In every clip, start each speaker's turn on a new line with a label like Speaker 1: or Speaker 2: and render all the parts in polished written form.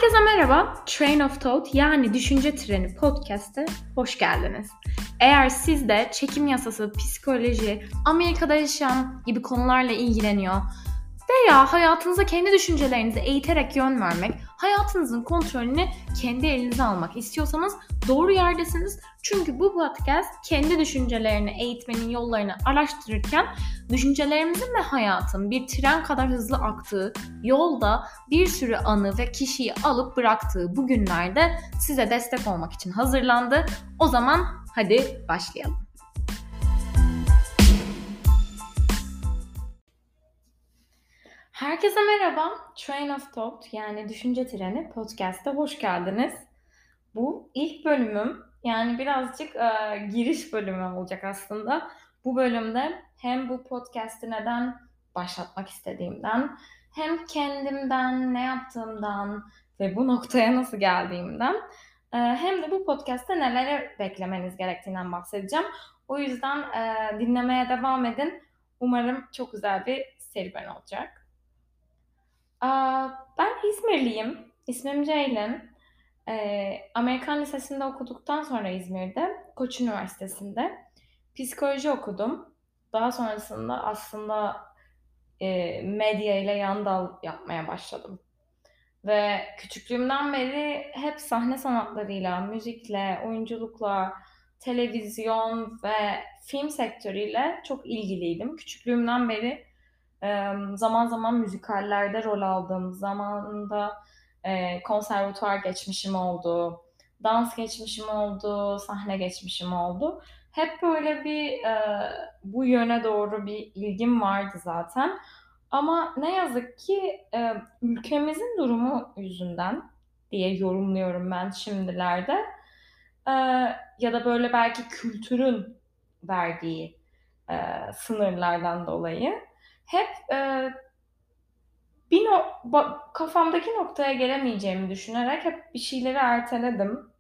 Speaker 1: Herkese merhaba. Train of Thought yani Düşünce Treni podcast'e hoş geldiniz. Eğer siz de çekim yasası, psikoloji, Amerika'da yaşam gibi konularla ilgileniyor veya hayatınıza kendi düşüncelerinizi eğiterek yön vermek, hayatınızın kontrolünü kendi elinize almak istiyorsanız doğru yerdesiniz. Çünkü bu podcast kendi düşüncelerini eğitmenin yollarını araştırırken düşüncelerimizin ve hayatın bir tren kadar hızlı aktığı, yolda bir sürü anı ve kişiyi alıp bıraktığı bu günlerde size destek olmak için hazırlandı. O zaman hadi başlayalım. Herkese merhaba. Train of Thought yani Düşünce Treni podcast'a hoş geldiniz. Bu ilk bölümüm, yani birazcık giriş bölümü olacak aslında. Bu bölümde hem bu podcast'i neden başlatmak istediğimden, hem kendimden, ne yaptığımdan ve bu noktaya nasıl geldiğimden, hem de bu podcast'te neleri beklemeniz gerektiğinden bahsedeceğim. O yüzden dinlemeye devam edin. Umarım çok güzel bir serüven olacak. Ben İzmirliyim. İsmim Ceylin. Amerikan Lisesi'nde okuduktan sonra İzmir'de, Koç Üniversitesi'nde psikoloji okudum. Daha sonrasında aslında medya ile yan dal yapmaya başladım. Ve küçüklüğümden beri hep sahne sanatlarıyla, müzikle, oyunculukla, televizyon ve film sektörüyle çok ilgiliydim. Küçüklüğümden beri zaman zaman müzikallerde rol aldım. Zamanında konservatuvar geçmişim oldu. Dans geçmişim oldu. Sahne geçmişim oldu. Hep böyle bir bu yöne doğru bir ilgim vardı zaten. Ama ne yazık ki ülkemizin durumu yüzünden diye yorumluyorum ben şimdilerde. E, Ya da böyle belki kültürün verdiği sınırlardan dolayı hep kafamdaki noktaya gelemeyeceğimi düşünerek hep bir şeyleri erteledim.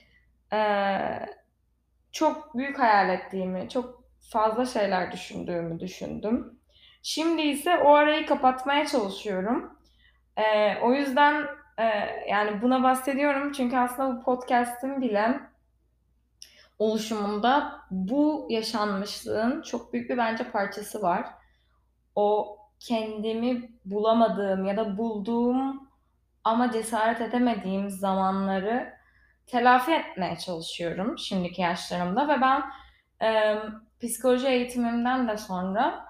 Speaker 1: Çok büyük hayal ettiğimi, çok fazla şeyler düşündüğümü düşündüm. Şimdi ise o arayı kapatmaya çalışıyorum. O yüzden e, yani buna bahsediyorum çünkü aslında bu podcast'ın bile oluşumunda bu yaşanmışlığın çok büyük bir bence parçası var. O kendimi bulamadığım ya da bulduğum ama cesaret edemediğim zamanları telafi etmeye çalışıyorum şimdiki yaşlarımda ve ben psikoloji eğitimimden de sonra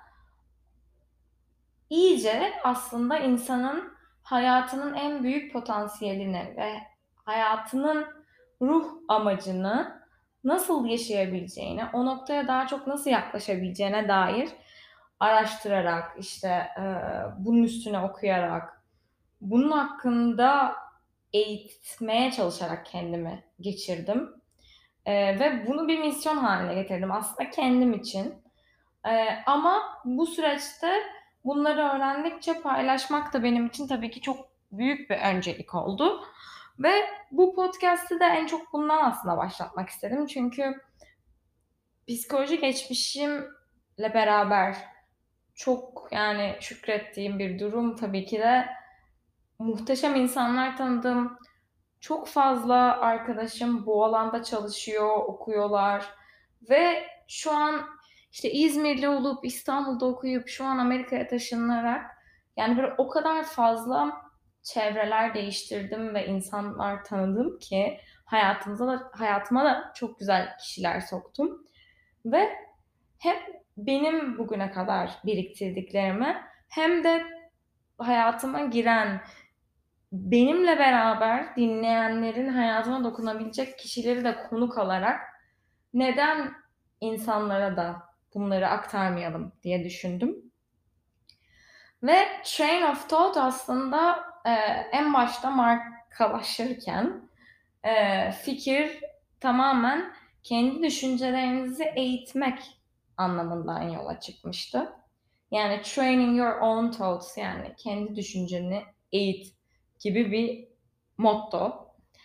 Speaker 1: iyice aslında insanın hayatının en büyük potansiyelini ve hayatının ruh amacını nasıl yaşayabileceğini, o noktaya daha çok nasıl yaklaşabileceğine dair araştırarak, bunun üstüne okuyarak, bunun hakkında eğitmeye çalışarak kendimi geçirdim. Ve bunu bir misyon haline getirdim aslında kendim için. Ama bu süreçte bunları öğrendikçe paylaşmak da benim için tabii ki çok büyük bir öncelik oldu. Ve bu podcast'ı da en çok bundan aslında başlatmak istedim. Çünkü psikoloji geçmişimle beraber çok yani şükrettiğim bir durum tabii ki de muhteşem insanlar tanıdım. Çok fazla arkadaşım bu alanda çalışıyor, okuyorlar ve şu an işte İzmirli olup İstanbul'da okuyup şu an Amerika'ya taşınarak yani böyle o kadar fazla çevreler değiştirdim ve insanlar tanıdım ki hayatıma da çok güzel kişiler soktum ve hep benim bugüne kadar biriktirdiklerimi hem de hayatıma giren benimle beraber dinleyenlerin hayatına dokunabilecek kişileri de konuk alarak neden insanlara da bunları aktarmayalım diye düşündüm. Ve Train of Thought aslında en başta markalaşırken fikir tamamen kendi düşüncelerinizi eğitmek anlamından yola çıkmıştı. Yani training your own thoughts yani kendi düşünceni eğit gibi bir motto.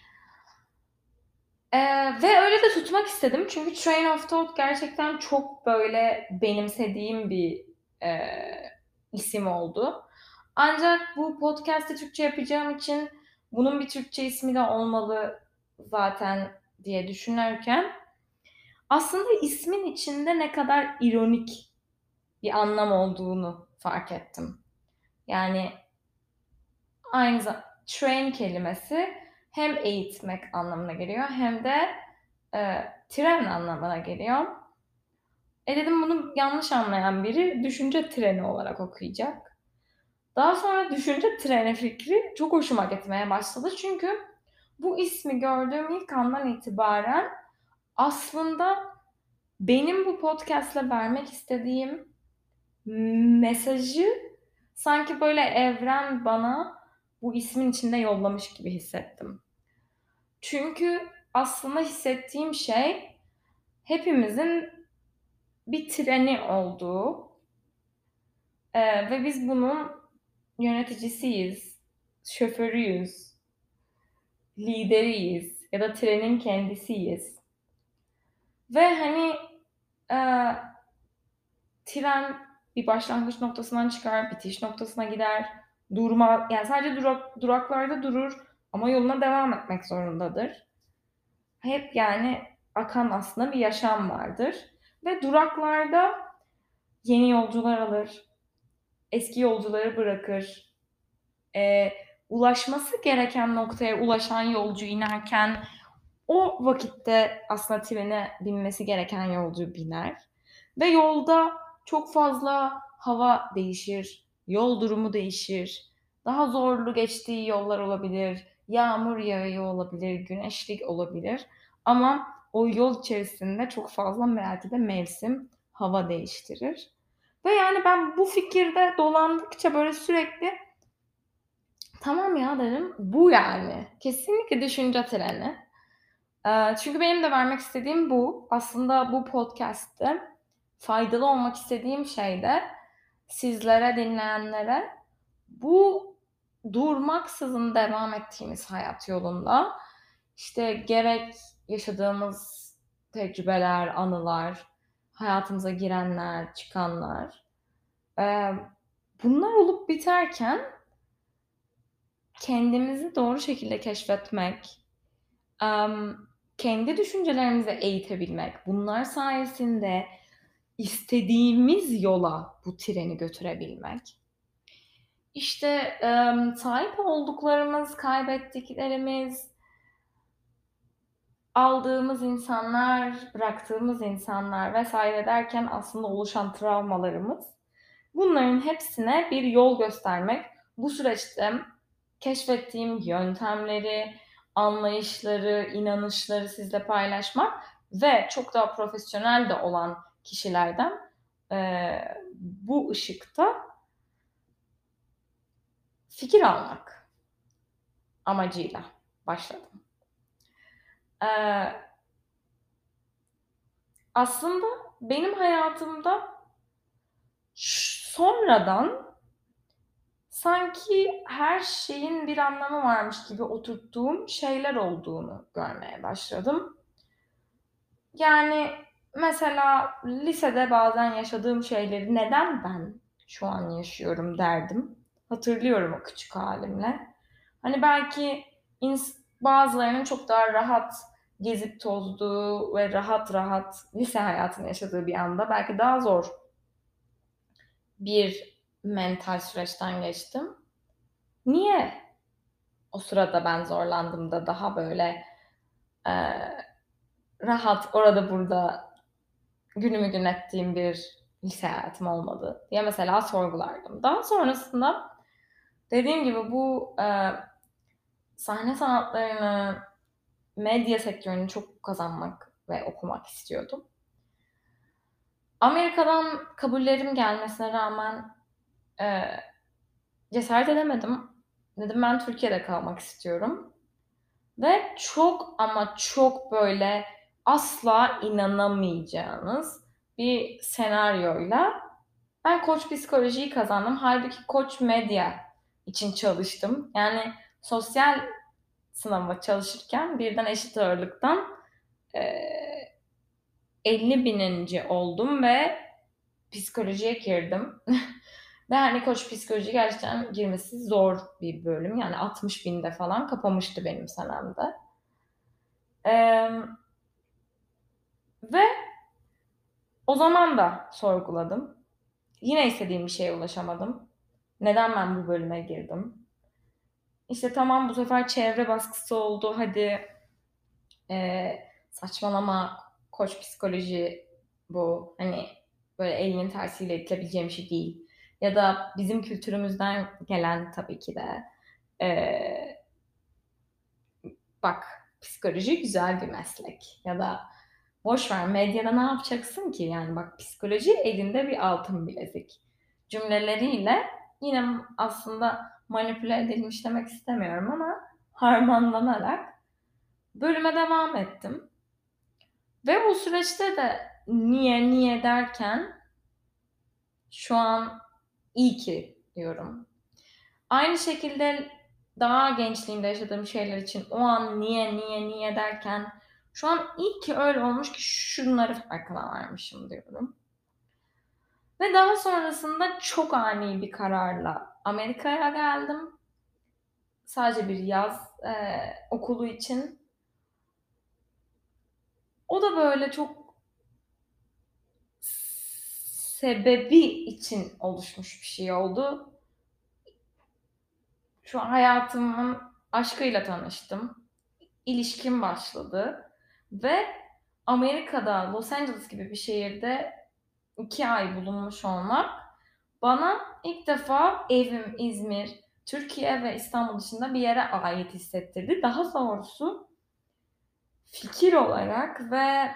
Speaker 1: Ve öyle de tutmak istedim. Çünkü Train of Thought gerçekten çok böyle benimsediğim bir isim oldu. Ancak bu podcast'ı Türkçe yapacağım için bunun bir Türkçe ismi de olmalı zaten diye düşünürken aslında ismin içinde ne kadar ironik bir anlam olduğunu fark ettim. Yani aynı train kelimesi hem eğitmek anlamına geliyor hem de tren anlamına geliyor. Dedim bunu yanlış anlayan biri düşünce treni olarak okuyacak. Daha sonra düşünce treni fikri çok hoşuma gitmeye başladı. Çünkü bu ismi gördüğüm ilk andan itibaren aslında benim bu podcast'le vermek istediğim mesajı sanki böyle evren bana bu ismin içinde yollamış gibi hissettim. Çünkü aslında hissettiğim şey hepimizin bir treni olduğu ve biz bunun yöneticisiyiz, şoförüyüz, lideriyiz ya da trenin kendisiyiz. Ve hani tren bir başlangıç noktasından çıkar, bitiş noktasına gider, yani sadece duraklarda durur ama yoluna devam etmek zorundadır. Hep yani akan aslında bir yaşam vardır. Ve duraklarda yeni yolcular alır, eski yolcuları bırakır, ulaşması gereken noktaya ulaşan yolcu inerken o vakitte aslında trene binmesi gereken yolcu biner. Ve yolda çok fazla hava değişir, yol durumu değişir. Daha zorlu geçtiği yollar olabilir, yağmur yağıyor olabilir, güneşlik olabilir. Ama o yol içerisinde çok fazla belki de mevsim, hava değiştirir. Ve yani ben bu fikirde dolandıkça böyle sürekli tamam ya dedim, bu yani. Kesinlikle düşünce treni. Çünkü benim de vermek istediğim bu. Aslında bu podcast'te faydalı olmak istediğim şey de sizlere, dinleyenlere bu durmaksızın devam ettiğimiz hayat yolunda işte gerek yaşadığımız tecrübeler, anılar, hayatımıza girenler, çıkanlar bunlar olup biterken kendimizi doğru şekilde keşfetmek, kendi düşüncelerimizi eğitebilmek, bunlar sayesinde istediğimiz yola bu treni götürebilmek. İşte sahip olduklarımız, kaybettiklerimiz, aldığımız insanlar, bıraktığımız insanlar vesaire derken aslında oluşan travmalarımız. Bunların hepsine bir yol göstermek, bu süreçte keşfettiğim yöntemleri, anlayışları, inanışları sizle paylaşmak ve çok daha profesyonel de olan kişilerden bu ışıkta fikir almak amacıyla başladım. Aslında benim hayatımda sonradan sanki her şeyin bir anlamı varmış gibi oturttuğum şeyler olduğunu görmeye başladım. Yani mesela lisede bazen yaşadığım şeyleri neden ben şu an yaşıyorum derdim. Hatırlıyorum o küçük halimle. Hani belki bazılarının çok daha rahat gezip tozduğu ve rahat rahat lise hayatını yaşadığı bir anda belki daha zor bir mental süreçten geçtim. Niye o sırada ben zorlandım da daha böyle rahat orada burada günümü gün ettiğim bir lise hayatım olmadı diye mesela sorgulardım. Daha sonrasında dediğim gibi bu sahne sanatlarını, medya sektörünü çok kazanmak ve okumak istiyordum. Amerika'dan kabullerim gelmesine rağmen cesaret edemedim. Dedim ben Türkiye'de kalmak istiyorum. Ve çok ama çok böyle asla inanamayacağınız bir senaryoyla ben Koç Psikoloji'yi kazandım. Halbuki Koç Medya için çalıştım. Yani sosyal sınava çalışırken birden eşit ağırlıktan 50 bininci oldum ve psikolojiye girdim. Ve hani Koç Psikoloji gerçekten girmesi zor bir bölüm. Yani 60.000'de falan kapamıştı benim senemde. Ve o zaman da sorguladım. Yine istediğim bir şeye ulaşamadım. Neden ben bu bölüme girdim? İşte tamam, bu sefer çevre baskısı oldu. Hadi saçmalama, Koç Psikoloji bu. Hani böyle elinin tersiyle itilebileceğim bir şey değil. Ya da bizim kültürümüzden gelen tabii ki de eee, bak, psikoloji güzel bir meslek. Ya da boş ver, medyada ne yapacaksın ki? Yani bak, psikoloji elinde bir altın bilezik cümleleriyle yine aslında manipüle edilmiş demek istemiyorum ama harmanlanarak bölüme devam ettim. Ve bu süreçte de niye derken şu an iyi ki diyorum. Aynı şekilde daha gençliğimde yaşadığım şeyler için o an niye derken şu an iyi ki öyle olmuş ki şunları farkına varmışım diyorum. Ve daha sonrasında çok ani bir kararla Amerika'ya geldim. Sadece bir yaz okulu için. O da böyle çok sebebi için oluşmuş bir şey oldu. Şu an hayatımın aşkıyla tanıştım. İlişkim başladı ve Amerika'da, Los Angeles gibi bir şehirde 2 ay bulunmuş olmak bana ilk defa evim İzmir, Türkiye ve İstanbul dışında bir yere ait hissettirdi. Daha doğrusu fikir olarak ve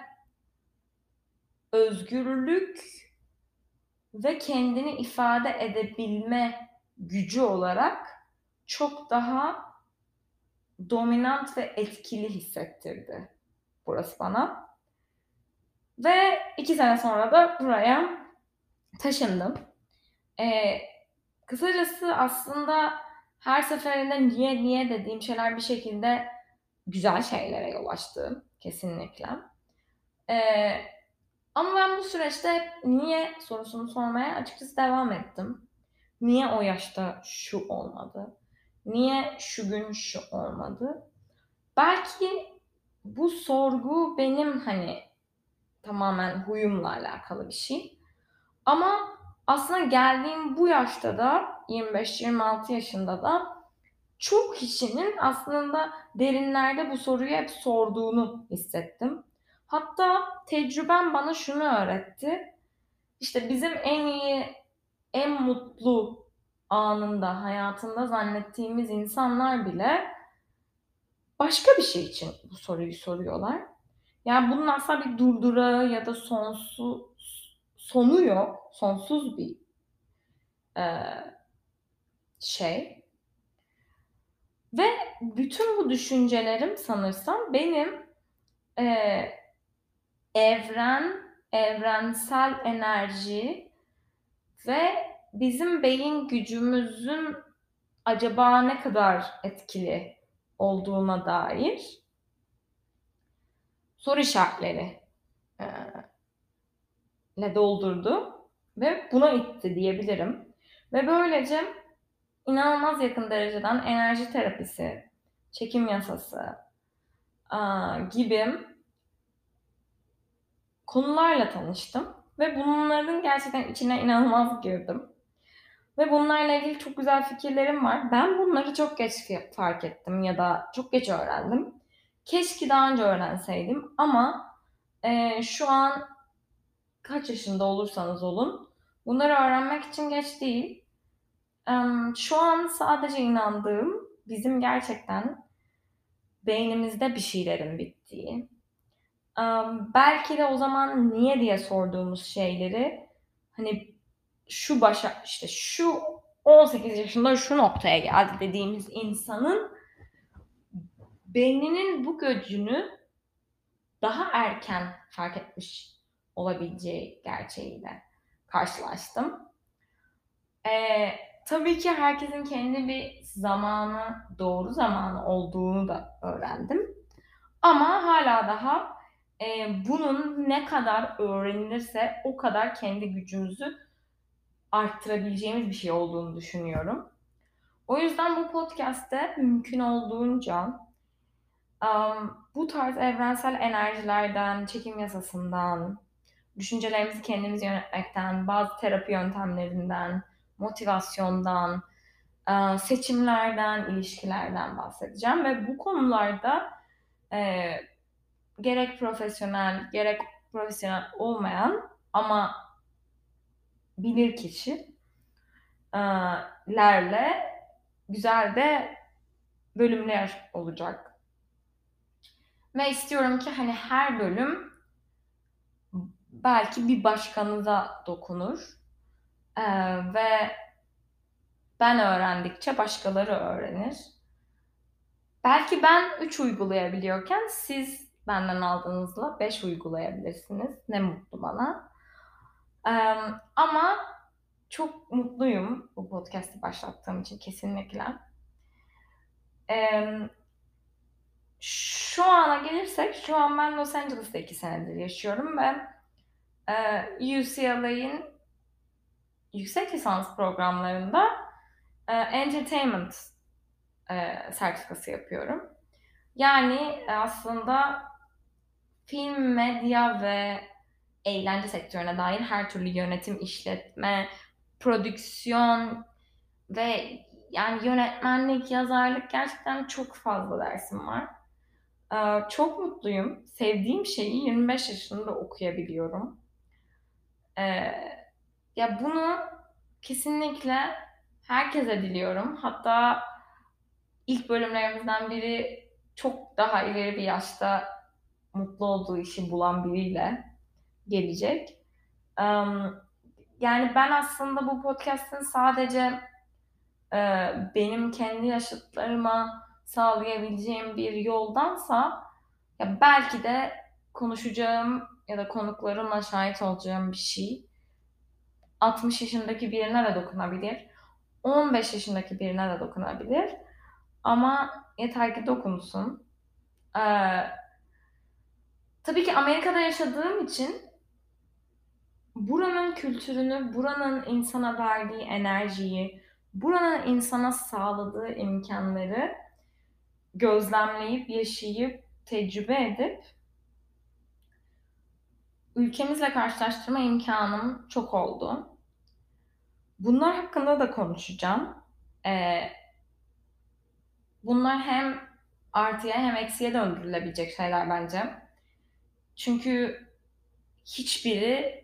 Speaker 1: özgürlük ve kendini ifade edebilme gücü olarak çok daha dominant ve etkili hissettirdi burası bana. Ve 2 sene sonra da buraya taşındım. Eee, kısacası aslında her seferinde niye dediğim şeyler bir şekilde güzel şeylere yol açtı kesinlikle. Eee, ama ben bu süreçte hep niye sorusunu sormaya açıkçası devam ettim. Niye o yaşta şu olmadı? Niye şu gün şu olmadı? Belki bu sorgu benim hani tamamen huyumla alakalı bir şey. Ama aslında geldiğim bu yaşta da 25-26 yaşında da çok kişinin aslında derinlerde bu soruyu hep sorduğunu hissettim. Hatta tecrübem bana şunu öğretti. İşte bizim en iyi, en mutlu anında, hayatında zannettiğimiz insanlar bile başka bir şey için bu soruyu soruyorlar. Yani bunun asla bir durdurağı ya da sonu yok. Sonsuz bir eee, şey. Ve bütün bu düşüncelerim sanırsam benim eee, evrensel enerji ve bizim beyin gücümüzün acaba ne kadar etkili olduğuna dair soru işaretleri eee, ile doldurdu ve buna itti diyebilirim. Ve böylece inanılmaz yakın dereceden enerji terapisi, çekim yasası gibi konularla tanıştım ve bunların gerçekten içine inanılmaz girdim. Ve bunlarla ilgili çok güzel fikirlerim var. Ben bunları çok geç fark ettim ya da çok geç öğrendim. Keşke daha önce öğrenseydim ama şu an kaç yaşında olursanız olun bunları öğrenmek için geç değil. Şu an sadece inandığım bizim gerçekten beynimizde bir şeylerin bittiği. Belki de o zaman niye diye sorduğumuz şeyleri hani işte şu 18 yaşında şu noktaya geldi dediğimiz insanın beyninin bu gücünü daha erken fark etmiş olabileceği gerçeğiyle karşılaştım. Tabii ki herkesin kendi bir zamanı, doğru zamanı olduğunu da öğrendim. Ama hala daha bunun ne kadar öğrenilirse o kadar kendi gücümüzü arttırabileceğimiz bir şey olduğunu düşünüyorum. O yüzden bu podcast'te mümkün olduğunca bu tarz evrensel enerjilerden, çekim yasasından, düşüncelerimizi kendimiz yönetmekten, bazı terapi yöntemlerinden, motivasyondan, seçimlerden, ilişkilerden bahsedeceğim ve bu konularda gerek profesyonel, gerek profesyonel olmayan ama bilirkişi lerle güzel de bölümler olacak. Ve istiyorum ki hani her bölüm belki bir başkanıza dokunur. Ve ben öğrendikçe başkaları öğrenir. Belki ben 3 uygulayabiliyorken siz benden aldığınızla 5 uygulayabilirsiniz. Ne mutlu bana. Ama çok mutluyum bu podcast'i başlattığım için kesinlikle. Şu ana gelirsek, şu an ben Los Angeles'ta 2 senedir yaşıyorum ve UCLA'in yüksek lisans programlarında entertainment sertifikası yapıyorum. Yani aslında film, medya ve eğlence sektörüne dair her türlü yönetim, işletme, prodüksiyon ve yani yönetmenlik, yazarlık gerçekten çok fazla dersim var. Çok mutluyum. Sevdiğim şeyi 25 yaşında okuyabiliyorum. Ya bunu kesinlikle herkese diliyorum. Hatta ilk bölümlerimizden biri çok daha ileri bir yaşta mutlu olduğu işi bulan biriyle gelecek. Yani ben aslında bu podcast'ın sadece benim kendi yaşıtlarıma sağlayabileceğim bir yoldansa ya belki de konuşacağım ya da konuklarımla şahit olacağım bir şey 60 yaşındaki birine de dokunabilir. 15 yaşındaki birine de dokunabilir. Ama yeter ki dokunsun. Tabii ki Amerika'da yaşadığım için buranın kültürünü, buranın insana verdiği enerjiyi, buranın insana sağladığı imkanları gözlemleyip, yaşayıp, tecrübe edip ülkemizle karşılaştırma imkanım çok oldu. Bunlar hakkında da konuşacağım. Bunlar hem artıya hem eksiye döndürülebilecek şeyler bence. Çünkü hiçbiri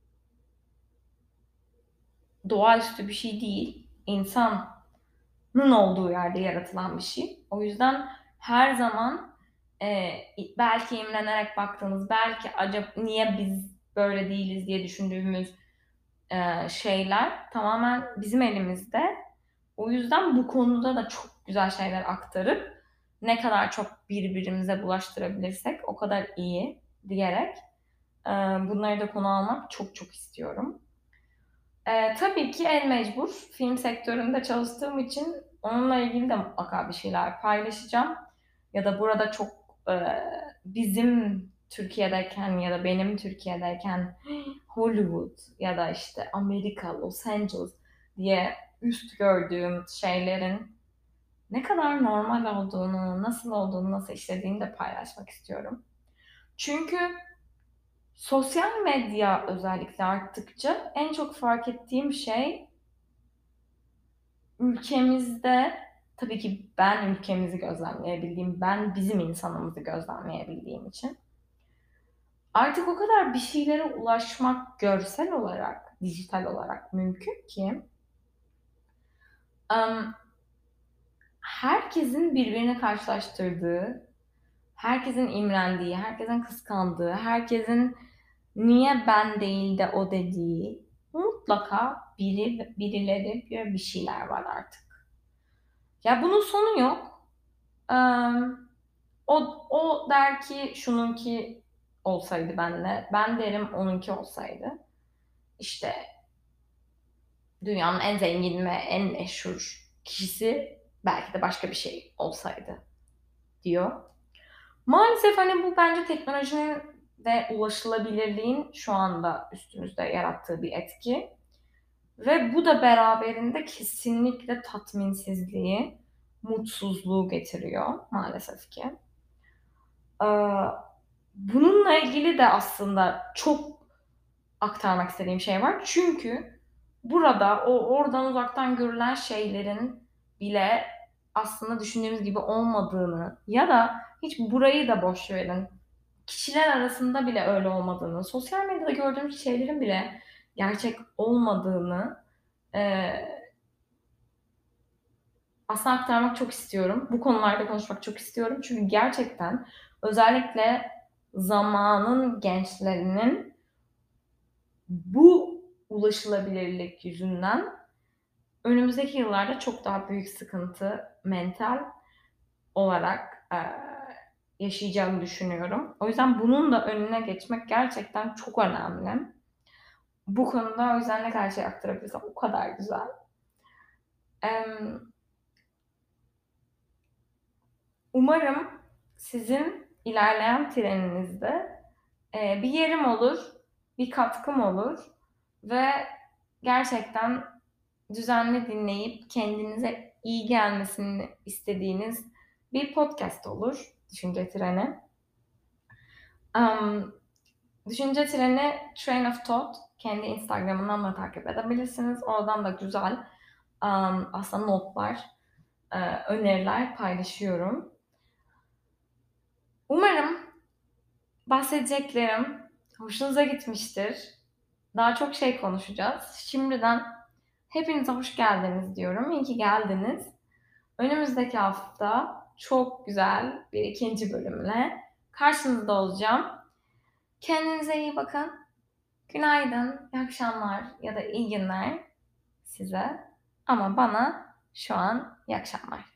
Speaker 1: doğaüstü bir şey değil. İnsanın olduğu yerde yaratılan bir şey. O yüzden her zaman belki imrenerek baktığımız, belki acaba niye biz böyle değiliz diye düşündüğümüz şeyler tamamen bizim elimizde. O yüzden bu konuda da çok güzel şeyler aktarıp ne kadar çok birbirimize bulaştırabilirsek o kadar iyi diyerek bunları da konu almak çok çok istiyorum. Tabii ki el mecbur. Film sektöründe çalıştığım için onunla ilgili de mutlaka bir şeyler paylaşacağım. Ya da burada çok bizim Türkiye'deyken ya da benim Türkiye'deyken Hollywood ya da işte Amerika, Los Angeles diye üst gördüğüm şeylerin ne kadar normal olduğunu, nasıl olduğunu, nasıl işlediğini de paylaşmak istiyorum. Çünkü sosyal medya özellikle arttıkça en çok fark ettiğim şey ülkemizde tabii ki ben ülkemizi gözlemleyebildiğim, ben bizim insanımızı gözlemleyebildiğim için artık o kadar bir şeylere ulaşmak görsel olarak, dijital olarak mümkün ki herkesin birbirini karşılaştırdığı, herkesin imrendiği, herkesin kıskandığı, herkesin niye ben değil de o dediği mutlaka birileri bir şeyler var artık. Ya bunun sonu yok. O der ki şununki olsaydı benle, ben derim onunki olsaydı. İşte dünyanın en zengin ve en meşhur kişisi belki de başka bir şey olsaydı diyor. Maalesef hani bu bence teknolojinin ve ulaşılabilirliğin şu anda üstümüzde yarattığı bir etki. Ve bu da beraberinde kesinlikle tatminsizliği, mutsuzluğu getiriyor maalesef ki. Bununla ilgili de aslında çok aktarmak istediğim şey var. Çünkü burada oradan uzaktan görülen şeylerin bile aslında düşündüğümüz gibi olmadığını ya da hiç burayı da boş verin, kişiler arasında bile öyle olmadığını, sosyal medyada gördüğümüz şeylerin bile gerçek olmadığını, aslında aktarmak çok istiyorum. Bu konularda konuşmak çok istiyorum. Çünkü gerçekten özellikle zamanın gençlerinin bu ulaşılabilirlik yüzünden önümüzdeki yıllarda çok daha büyük sıkıntı mental olarak yaşayacağını düşünüyorum. O yüzden bunun da önüne geçmek gerçekten çok önemli. Bu konuda o yüzden ne kadar şey aktarabilirsem o kadar güzel. Umarım sizin ilerleyen treninizde bir yerim olur, bir katkım olur ve gerçekten düzenli dinleyip kendinize iyi gelmesini istediğiniz bir podcast olur Düşünce Treni. Düşünce Treni Train of Thought kendi Instagram'ından da takip edebilirsiniz. Oradan da güzel aslında notlar, öneriler paylaşıyorum. Umarım bahsedeceklerim hoşunuza gitmiştir. Daha çok şey konuşacağız. Şimdiden hepinize hoş geldiniz diyorum. İyi ki geldiniz. Önümüzdeki hafta çok güzel bir ikinci bölümle karşınızda olacağım. Kendinize iyi bakın. Günaydın, iyi akşamlar ya da iyi günler size. Ama bana şu an iyi akşamlar.